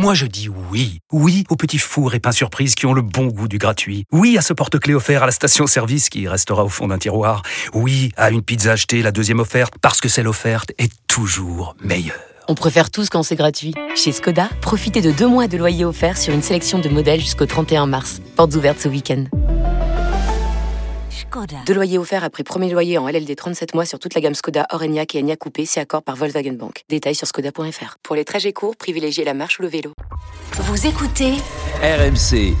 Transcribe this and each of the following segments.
Moi je dis oui. Oui aux petits fours et pains surprises qui ont le bon goût du gratuit. Oui à ce porte-clés offert à la station-service qui restera au fond d'un tiroir. Oui à une pizza achetée, la deuxième offerte, parce que celle offerte est toujours meilleure. On préfère tous quand c'est gratuit. Chez Skoda, profitez de 2 mois de loyer offert sur une sélection de modèles jusqu'au 31 mars. Portes ouvertes ce week-end. Skoda. 2 loyers offerts après premier loyer en LLD 37 mois sur toute la gamme Skoda, Orenia et Enyaq Coupé, si accord par Volkswagen Bank. Détails sur skoda.fr. Pour les trajets courts, privilégiez la marche ou le vélo. Vous écoutez RMC.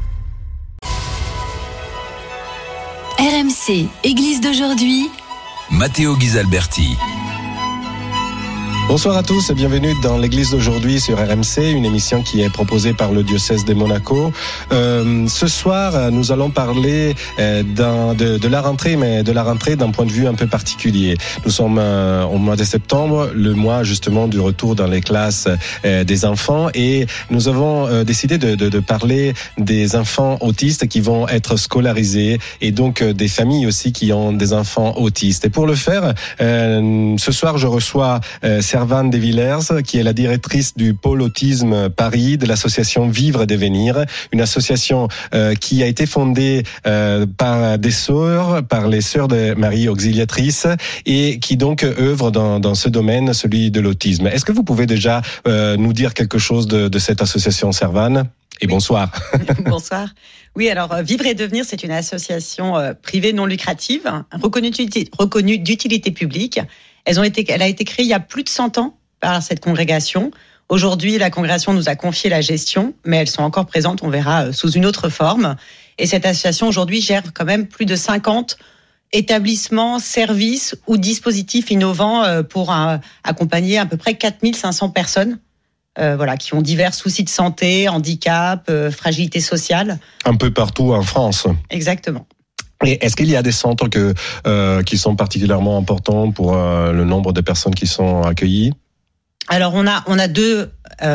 RMC, Église d'aujourd'hui. Matteo Ghisalberti. Bonsoir à tous et bienvenue dans l'église d'aujourd'hui sur RMC, une émission qui est proposée par le diocèse de Monaco. Ce soir, nous allons parler de la rentrée, mais de la rentrée d'un point de vue un peu particulier. Nous sommes au mois de septembre, le mois justement du retour dans les classes des enfants, et nous avons décidé de parler des enfants autistes qui vont être scolarisés, et donc des familles aussi qui ont des enfants autistes. Et pour le faire, ce soir, je reçois Servane Desvillers, qui est la directrice du pôle autisme Paris de l'association Vivre et Devenir, une association qui a été fondée par des sœurs, par les sœurs de Marie Auxiliatrice, et qui donc œuvre dans ce domaine, celui de l'autisme. Est-ce que vous pouvez déjà nous dire quelque chose de cette association, Servane ? Et bonsoir. Bonsoir. Oui, alors Vivre et Devenir, c'est une association privée non lucrative, reconnue d'utilité publique. Elle a été créée il y a plus de 100 ans par cette congrégation. Aujourd'hui, la congrégation nous a confié la gestion, mais elles sont encore présentes, on verra, sous une autre forme. Et cette association, aujourd'hui, gère quand même plus de 50 établissements, services ou dispositifs innovants pour accompagner à peu près 4500 personnes. Qui ont divers soucis de santé, handicap, fragilité sociale. Un peu partout en France. Exactement. Et est-ce qu'il y a des centres qui sont particulièrement importants pour le nombre de personnes qui sont accueillies ? Alors on a deux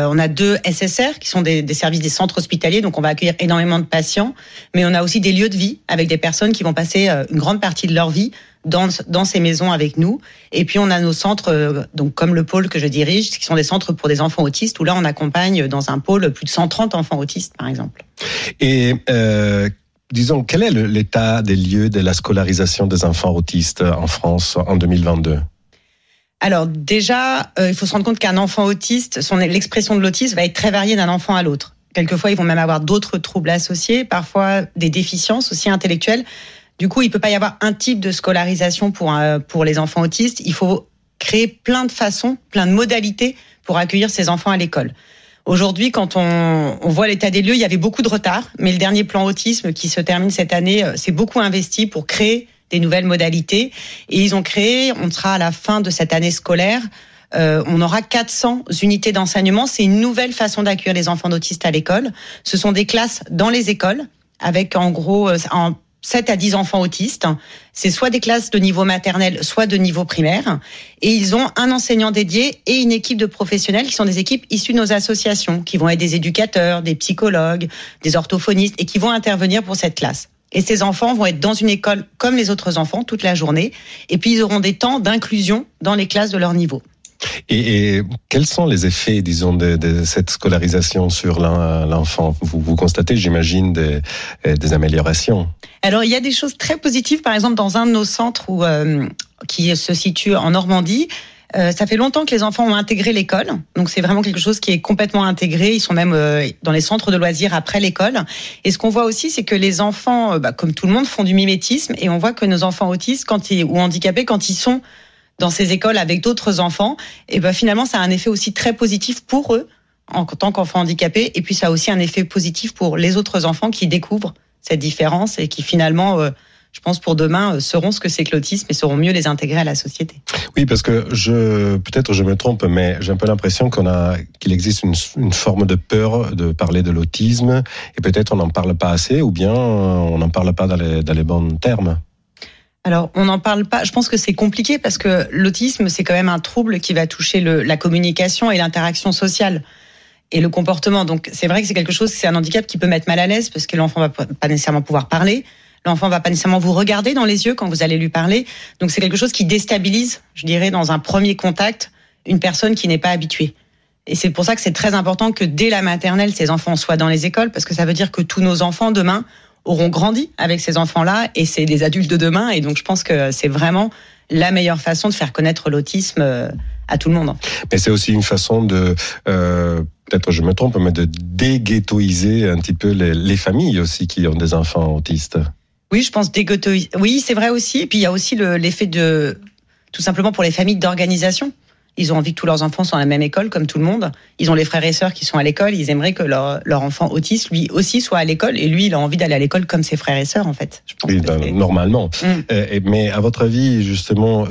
SSR qui sont des services des centres hospitaliers, donc on va accueillir énormément de patients, mais on a aussi des lieux de vie avec des personnes qui vont passer une grande partie de leur vie dans ces maisons avec nous. Et puis on a nos centres, donc comme le pôle que je dirige, qui sont des centres pour des enfants autistes, où là on accompagne dans un pôle plus de 130 enfants autistes par exemple. Et disons, quel est l'état des lieux de la scolarisation des enfants autistes en France en 2022 ? Alors déjà, il faut se rendre compte qu'un enfant autiste, l'expression de l'autisme va être très variée d'un enfant à l'autre. Quelquefois, ils vont même avoir d'autres troubles associés, parfois des déficiences aussi intellectuelles. Du coup, il ne peut pas y avoir un type de scolarisation pour les enfants autistes. Il faut créer plein de façons, plein de modalités pour accueillir ces enfants à l'école. Aujourd'hui, quand on voit l'état des lieux, il y avait beaucoup de retard, mais le dernier plan autisme qui se termine cette année s'est beaucoup investi pour créer des nouvelles modalités. Et ils ont créé, on sera à la fin de cette année scolaire, on aura 400 unités d'enseignement. C'est une nouvelle façon d'accueillir les enfants autistes à l'école. Ce sont des classes dans les écoles, avec en gros 7 à 10 enfants autistes. C'est soit des classes de niveau maternel, soit de niveau primaire. Et ils ont un enseignant dédié et une équipe de professionnels qui sont des équipes issues de nos associations, qui vont être des éducateurs, des psychologues, des orthophonistes, et qui vont intervenir pour cette classe. Et ces enfants vont être dans une école comme les autres enfants toute la journée. Et puis, ils auront des temps d'inclusion dans les classes de leur niveau. Et quels sont les effets, disons, de cette scolarisation sur l'enfant ? Vous constatez, j'imagine, des améliorations. Alors, il y a des choses très positives. Par exemple, dans un de nos centres qui se situe en Normandie, ça fait longtemps que les enfants ont intégré l'école. Donc, c'est vraiment quelque chose qui est complètement intégré. Ils sont même dans les centres de loisirs après l'école. Et ce qu'on voit aussi, c'est que les enfants, comme tout le monde, font du mimétisme. Et on voit que nos enfants autistes ou handicapés, quand ils sont dans ces écoles avec d'autres enfants, et finalement, ça a un effet aussi très positif pour eux, en tant qu'enfants handicapés. Et puis, ça a aussi un effet positif pour les autres enfants qui découvrent cette différence et qui finalement... je pense pour demain, sauront ce que c'est que l'autisme et sauront mieux les intégrer à la société. Oui, parce que peut-être je me trompe, mais j'ai un peu l'impression qu'il existe une forme de peur de parler de l'autisme, et peut-être on n'en parle pas assez, ou bien on n'en parle pas dans les bons termes. Alors, on n'en parle pas. Je pense que c'est compliqué parce que l'autisme, c'est quand même un trouble qui va toucher la communication et l'interaction sociale et le comportement. Donc, c'est vrai que c'est un handicap qui peut mettre mal à l'aise parce que l'enfant va pas nécessairement pouvoir parler. L'enfant va pas nécessairement vous regarder dans les yeux quand vous allez lui parler. Donc, c'est quelque chose qui déstabilise, je dirais, dans un premier contact, une personne qui n'est pas habituée. Et c'est pour ça que c'est très important que dès la maternelle, ces enfants soient dans les écoles, parce que ça veut dire que tous nos enfants, demain, auront grandi avec ces enfants-là, et c'est des adultes de demain. Et donc, je pense que c'est vraiment la meilleure façon de faire connaître l'autisme à tout le monde. Mais c'est aussi une façon de, peut-être je me trompe, mais de déghettoiser un petit peu les familles aussi qui ont des enfants autistes. Oui, je pense déghettoiser. Oui, c'est vrai aussi. Et puis, il y a aussi l'effet de, tout simplement pour les familles d'organisation. Ils ont envie que tous leurs enfants soient à la même école, comme tout le monde. Ils ont les frères et sœurs qui sont à l'école. Ils aimeraient que leur enfant autiste, lui aussi, soit à l'école. Et lui, il a envie d'aller à l'école comme ses frères et sœurs, en fait. Je pense normalement. Mais à votre avis, justement,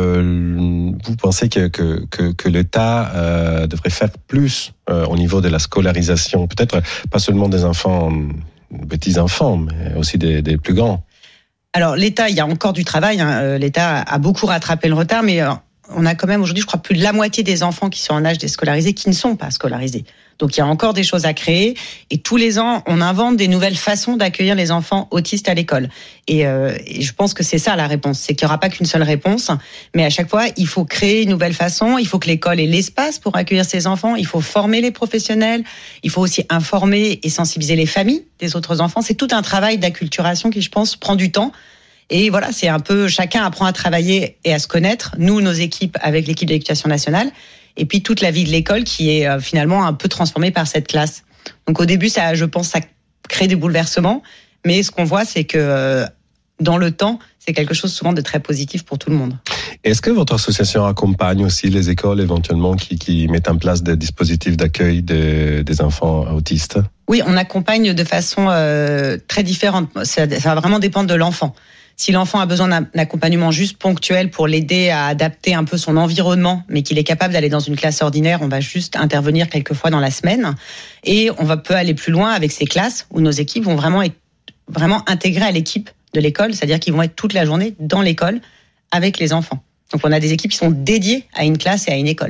vous pensez que l'État devrait faire plus au niveau de la scolarisation? Peut-être pas seulement des enfants, petits-enfants, mais aussi des plus grands. Alors, l'État, il y a encore du travail. L'État a beaucoup rattrapé le retard, mais on a quand même aujourd'hui, je crois, plus de la moitié des enfants qui sont en âge d'être scolarisés qui ne sont pas scolarisés. Donc il y a encore des choses à créer. Et tous les ans, on invente des nouvelles façons d'accueillir les enfants autistes à l'école. Et je pense que c'est ça la réponse. C'est qu'il n'y aura pas qu'une seule réponse. Mais à chaque fois, il faut créer une nouvelle façon. Il faut que l'école ait l'espace pour accueillir ces enfants. Il faut former les professionnels. Il faut aussi informer et sensibiliser les familles des autres enfants. C'est tout un travail d'acculturation qui, je pense, prend du temps. Et voilà, c'est un peu, chacun apprend à travailler et à se connaître. Nous, nos équipes avec l'équipe d'éducation nationale. Et puis toute la vie de l'école qui est finalement un peu transformée par cette classe. Donc au début, ça, je pense, ça crée des bouleversements. Mais ce qu'on voit, c'est que dans le temps, c'est quelque chose souvent de très positif pour tout le monde. Est-ce que votre association accompagne aussi les écoles éventuellement qui mettent en place des dispositifs d'accueil des enfants autistes? Oui, on accompagne de façon très différente. Ça va vraiment dépendre de l'enfant. Si l'enfant a besoin d'un accompagnement juste ponctuel pour l'aider à adapter un peu son environnement, mais qu'il est capable d'aller dans une classe ordinaire, on va juste intervenir quelques fois dans la semaine. Et on peut aller plus loin avec ces classes où nos équipes vont vraiment être intégrées à l'équipe de l'école, c'est-à-dire qu'ils vont être toute la journée dans l'école avec les enfants. Donc on a des équipes qui sont dédiées à une classe et à une école.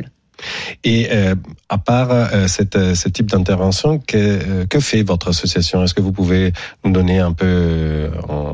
Et à part ce type d'intervention, que fait votre association? Est-ce que vous pouvez nous donner un peu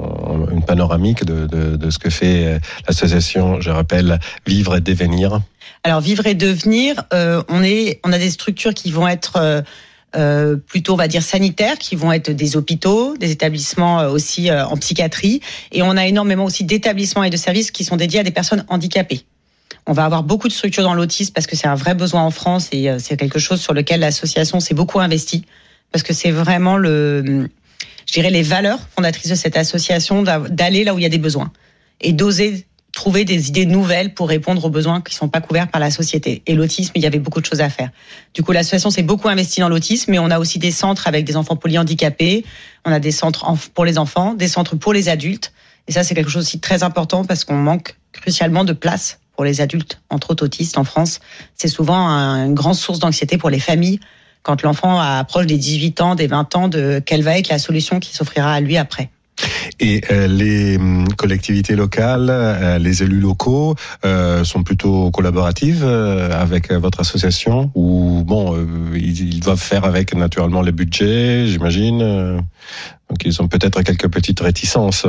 une panoramique de ce que fait l'association, je rappelle, Vivre et Devenir? Alors Vivre et Devenir, on a des structures qui vont être plutôt, on va dire, sanitaires, qui vont être des hôpitaux, des établissements aussi en psychiatrie, et on a énormément aussi d'établissements et de services qui sont dédiés à des personnes handicapées. On va avoir beaucoup de structures dans l'autisme parce que c'est un vrai besoin en France et c'est quelque chose sur lequel l'association s'est beaucoup investie parce que c'est vraiment les valeurs fondatrices de cette association d'aller là où il y a des besoins et d'oser trouver des idées nouvelles pour répondre aux besoins qui ne sont pas couverts par la société. Et l'autisme, il y avait beaucoup de choses à faire. Du coup, l'association s'est beaucoup investie dans l'autisme, mais on a aussi des centres avec des enfants polyhandicapés, on a des centres pour les enfants, des centres pour les adultes. Et ça, c'est quelque chose aussi de très important parce qu'on manque crucialement de place pour les adultes, entre autres autistes en France. C'est souvent une grande source d'anxiété pour les familles quand l'enfant approche des 18 ans, des 20 ans, de quelle va être la solution qui s'offrira à lui après. Et les collectivités locales, les élus locaux sont plutôt collaboratifs avec votre association ou ils doivent faire avec naturellement les budgets, j'imagine. Donc ils ont peut-être quelques petites réticences.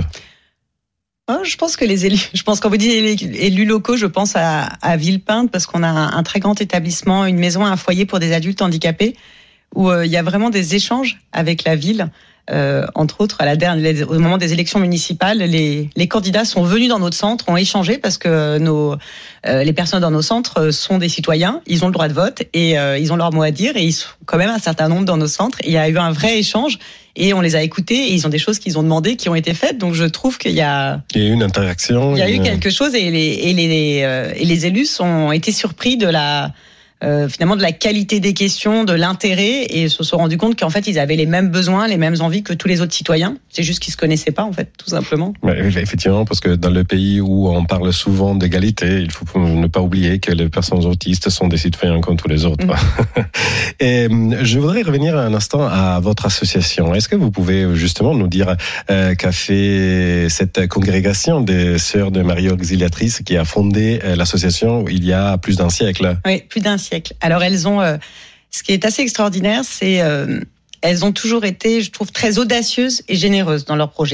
Je pense que quand vous dites élus locaux, je pense à Villepinte parce qu'on a un très grand établissement, une maison, un foyer pour des adultes handicapés où il y a vraiment des échanges avec la ville. Entre autres, au moment des élections municipales, les candidats sont venus dans notre centre, ont échangé parce que les personnes dans nos centres sont des citoyens, ils ont le droit de vote et ils ont leur mot à dire et ils sont quand même un certain nombre dans nos centres. Il y a eu un vrai échange et on les a écoutés et ils ont des choses qu'ils ont demandées qui ont été faites. Donc je trouve qu'il y a eu une interaction. Il y a eu quelque chose et les élus ont été surpris de finalement de la qualité des questions, de l'intérêt, et se sont rendus compte qu'en fait ils avaient les mêmes besoins, les mêmes envies que tous les autres citoyens. C'est juste qu'ils se connaissaient pas en fait, tout simplement. Effectivement, parce que dans le pays où on parle souvent d'égalité, il faut ne pas oublier que les personnes autistes sont des citoyens comme tous les autres. Et je voudrais revenir un instant à votre association. Est-ce que vous pouvez justement nous dire qu'a fait cette congrégation des Sœurs de Marie Auxiliatrice qui a fondé l'association il y a plus d'un siècle? Oui, plus d'un siècle. Alors elles ont, ce qui est assez extraordinaire, c'est elles ont toujours été, je trouve, très audacieuses et généreuses dans leurs projets.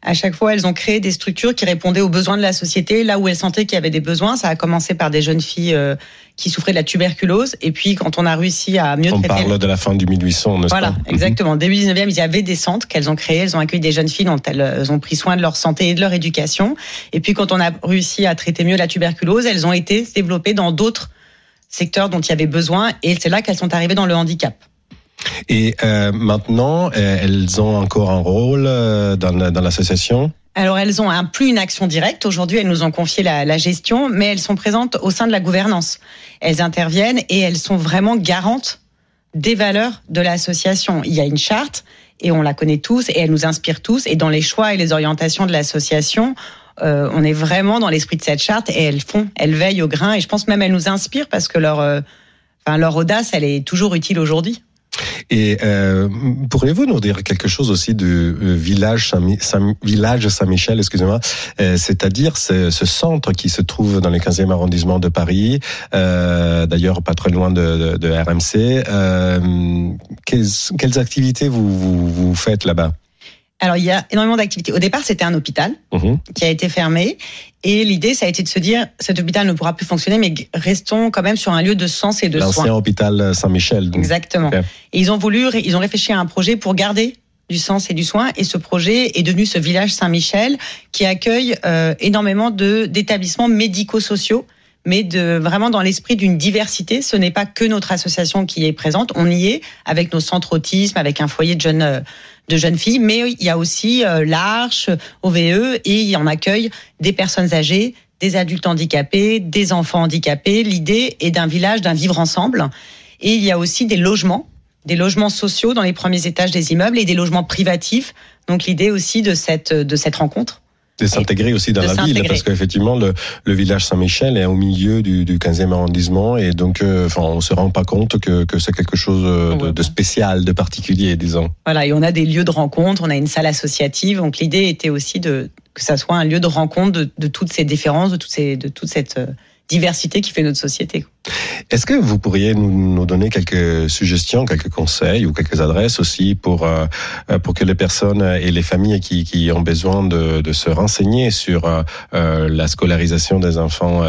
À chaque fois, elles ont créé des structures qui répondaient aux besoins de la société, là où elles sentaient qu'il y avait des besoins. Ça a commencé par des jeunes filles qui souffraient de la tuberculose. Et puis, quand on a réussi à mieux traiter... On parle de la fin du 1800, n'est-ce pas ? Voilà, exactement. Début 19e, il y avait des centres qu'elles ont créés. Elles ont accueilli des jeunes filles dont elles ont pris soin de leur santé et de leur éducation. Et puis, quand on a réussi à traiter mieux la tuberculose, elles ont été développées dans d'autres secteurs dont il y avait besoin. Et c'est là qu'elles sont arrivées dans le handicap. Et maintenant, elles ont encore un rôle dans l'association ? Alors, elles ont plus une action directe. Aujourd'hui, elles nous ont confié la gestion, mais elles sont présentes au sein de la gouvernance. Elles interviennent et elles sont vraiment garantes des valeurs de l'association. Il y a une charte et on la connaît tous et elle nous inspire tous. Et dans les choix et les orientations de l'association, on est vraiment dans l'esprit de cette charte et elles veillent au grain. Et je pense même elles nous inspirent parce que leur audace, elle est toujours utile aujourd'hui. Et pourriez-vous nous dire quelque chose aussi du village Saint-Michel, excusez-moi, c'est-à-dire ce centre qui se trouve dans le 15e arrondissement de Paris, d'ailleurs pas très loin de RMC. Quelles activités vous faites là-bas ? Alors, il y a énormément d'activités. Au départ, c'était un hôpital qui a été fermé. Et l'idée, ça a été de se dire, cet hôpital ne pourra plus fonctionner, mais restons quand même sur un lieu de sens et de soins. L'ancien hôpital Saint-Michel. Donc. Exactement. Okay. Et ils ont réfléchi à un projet pour garder du sens et du soin. Et ce projet est devenu ce village Saint-Michel qui accueille énormément d'établissements médico-sociaux, mais vraiment dans l'esprit d'une diversité. Ce n'est pas que notre association qui est présente. On y est avec nos centres autisme, avec un foyer de jeunes filles, mais il y a aussi l'Arche, OVE, et il en accueille des personnes âgées, des adultes handicapés, des enfants handicapés. L'idée est d'un village, d'un vivre ensemble. Et il y a aussi des logements sociaux dans les premiers étages des immeubles et des logements privatifs. Donc l'idée aussi de cette rencontre. De s'intégrer aussi dans la ville, parce qu'effectivement le village Saint-Michel est au milieu du 15e arrondissement et donc on se rend pas compte que c'est quelque chose de spécial, de particulier, disons. Voilà, et on a des lieux de rencontre, on a une salle associative, donc l'idée était aussi que ça soit un lieu de rencontre de toutes ces différences, de toute cette diversité qui fait notre société. Est-ce que vous pourriez nous donner quelques suggestions, quelques conseils ou quelques adresses aussi pour que les personnes et les familles qui ont besoin de se renseigner sur la scolarisation des enfants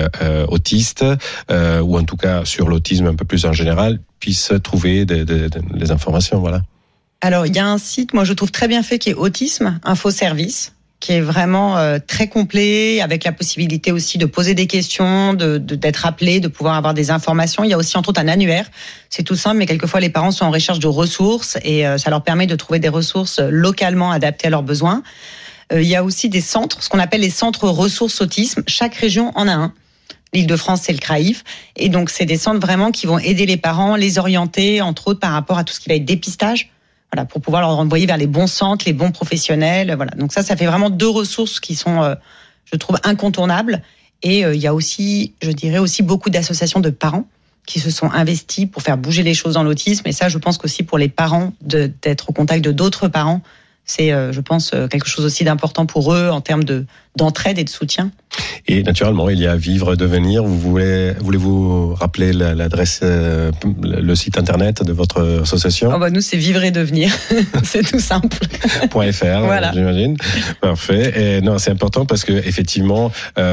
autistes ou en tout cas sur l'autisme un peu plus en général puissent trouver des informations, voilà. Alors, il y a un site, moi je trouve très bien fait, qui est Autisme Info Service, qui est vraiment très complet, avec la possibilité aussi de poser des questions, d'être appelé, de pouvoir avoir des informations. Il y a aussi entre autres un annuaire. C'est tout simple, mais quelquefois les parents sont en recherche de ressources et ça leur permet de trouver des ressources localement adaptées à leurs besoins. Il y a aussi des centres, ce qu'on appelle les centres ressources autisme. Chaque région en a un. L'Île-de-France, c'est le CRAIF. Et donc, c'est des centres vraiment qui vont aider les parents, les orienter, entre autres par rapport à tout ce qui va être dépistage. Voilà, pour pouvoir leur envoyer vers les bons centres, les bons professionnels. Voilà. Donc ça fait vraiment 2 ressources qui sont, je trouve, incontournables. Et il y a aussi, je dirais aussi beaucoup d'associations de parents qui se sont investis pour faire bouger les choses dans l'autisme. Et ça, je pense qu'aussi pour les parents, d'être au contact de d'autres parents, c'est, je pense, quelque chose aussi d'important pour eux en termes d'entraide et de soutien. Et naturellement, il y a Vivre et Devenir. Voulez-vous rappeler l'adresse, le site internet de votre association ? Nous, c'est Vivre et Devenir. C'est tout simple. .fr, voilà. J'imagine. Parfait. Et non, c'est important parce que effectivement,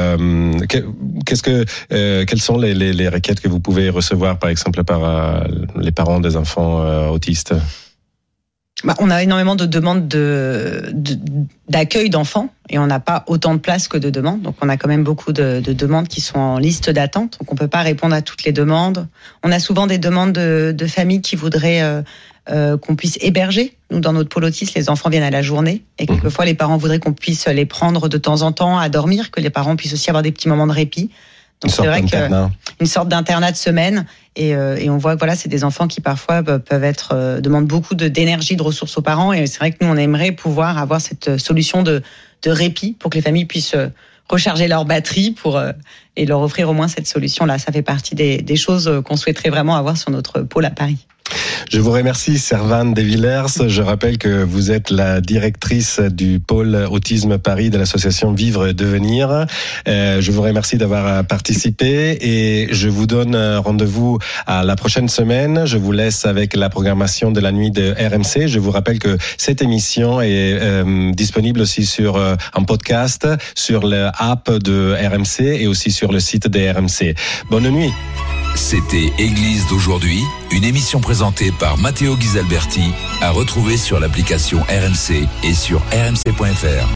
quelles sont les requêtes que vous pouvez recevoir, par exemple, par les parents des enfants autistes ? On a énormément de demandes d'accueil d'enfants et on n'a pas autant de places que de demandes. Donc, on a quand même beaucoup de demandes qui sont en liste d'attente. Donc, on peut pas répondre à toutes les demandes. On a souvent des demandes de familles qui voudraient qu'on puisse héberger. Nous, dans notre pôle autisme, les enfants viennent à la journée et quelquefois, les parents voudraient qu'on puisse les prendre de temps en temps à dormir, que les parents puissent aussi avoir des petits moments de répit. Donc c'est vrai qu'une sorte d'internat de semaine et on voit que voilà, c'est des enfants qui parfois peuvent demandent beaucoup d'énergie, de ressources aux parents et c'est vrai que nous on aimerait pouvoir avoir cette solution de répit pour que les familles puissent recharger leur batterie et leur offrir au moins cette solution là. Ça fait partie des choses qu'on souhaiterait vraiment avoir sur notre pôle à Paris. Je vous remercie, Servane Desvillers. Je rappelle que vous êtes la directrice du pôle Autisme Paris de l'association Vivre et Devenir. Je vous remercie d'avoir participé et je vous donne rendez-vous à la prochaine semaine. Je vous laisse avec la programmation de la nuit de RMC. Je vous rappelle que cette émission est disponible aussi sur un podcast, sur l'app de RMC et aussi sur le site de RMC. Bonne nuit. C'était Église d'aujourd'hui, une émission présentée par Matteo Ghisalberti, à retrouver sur l'application RMC et sur rmc.fr.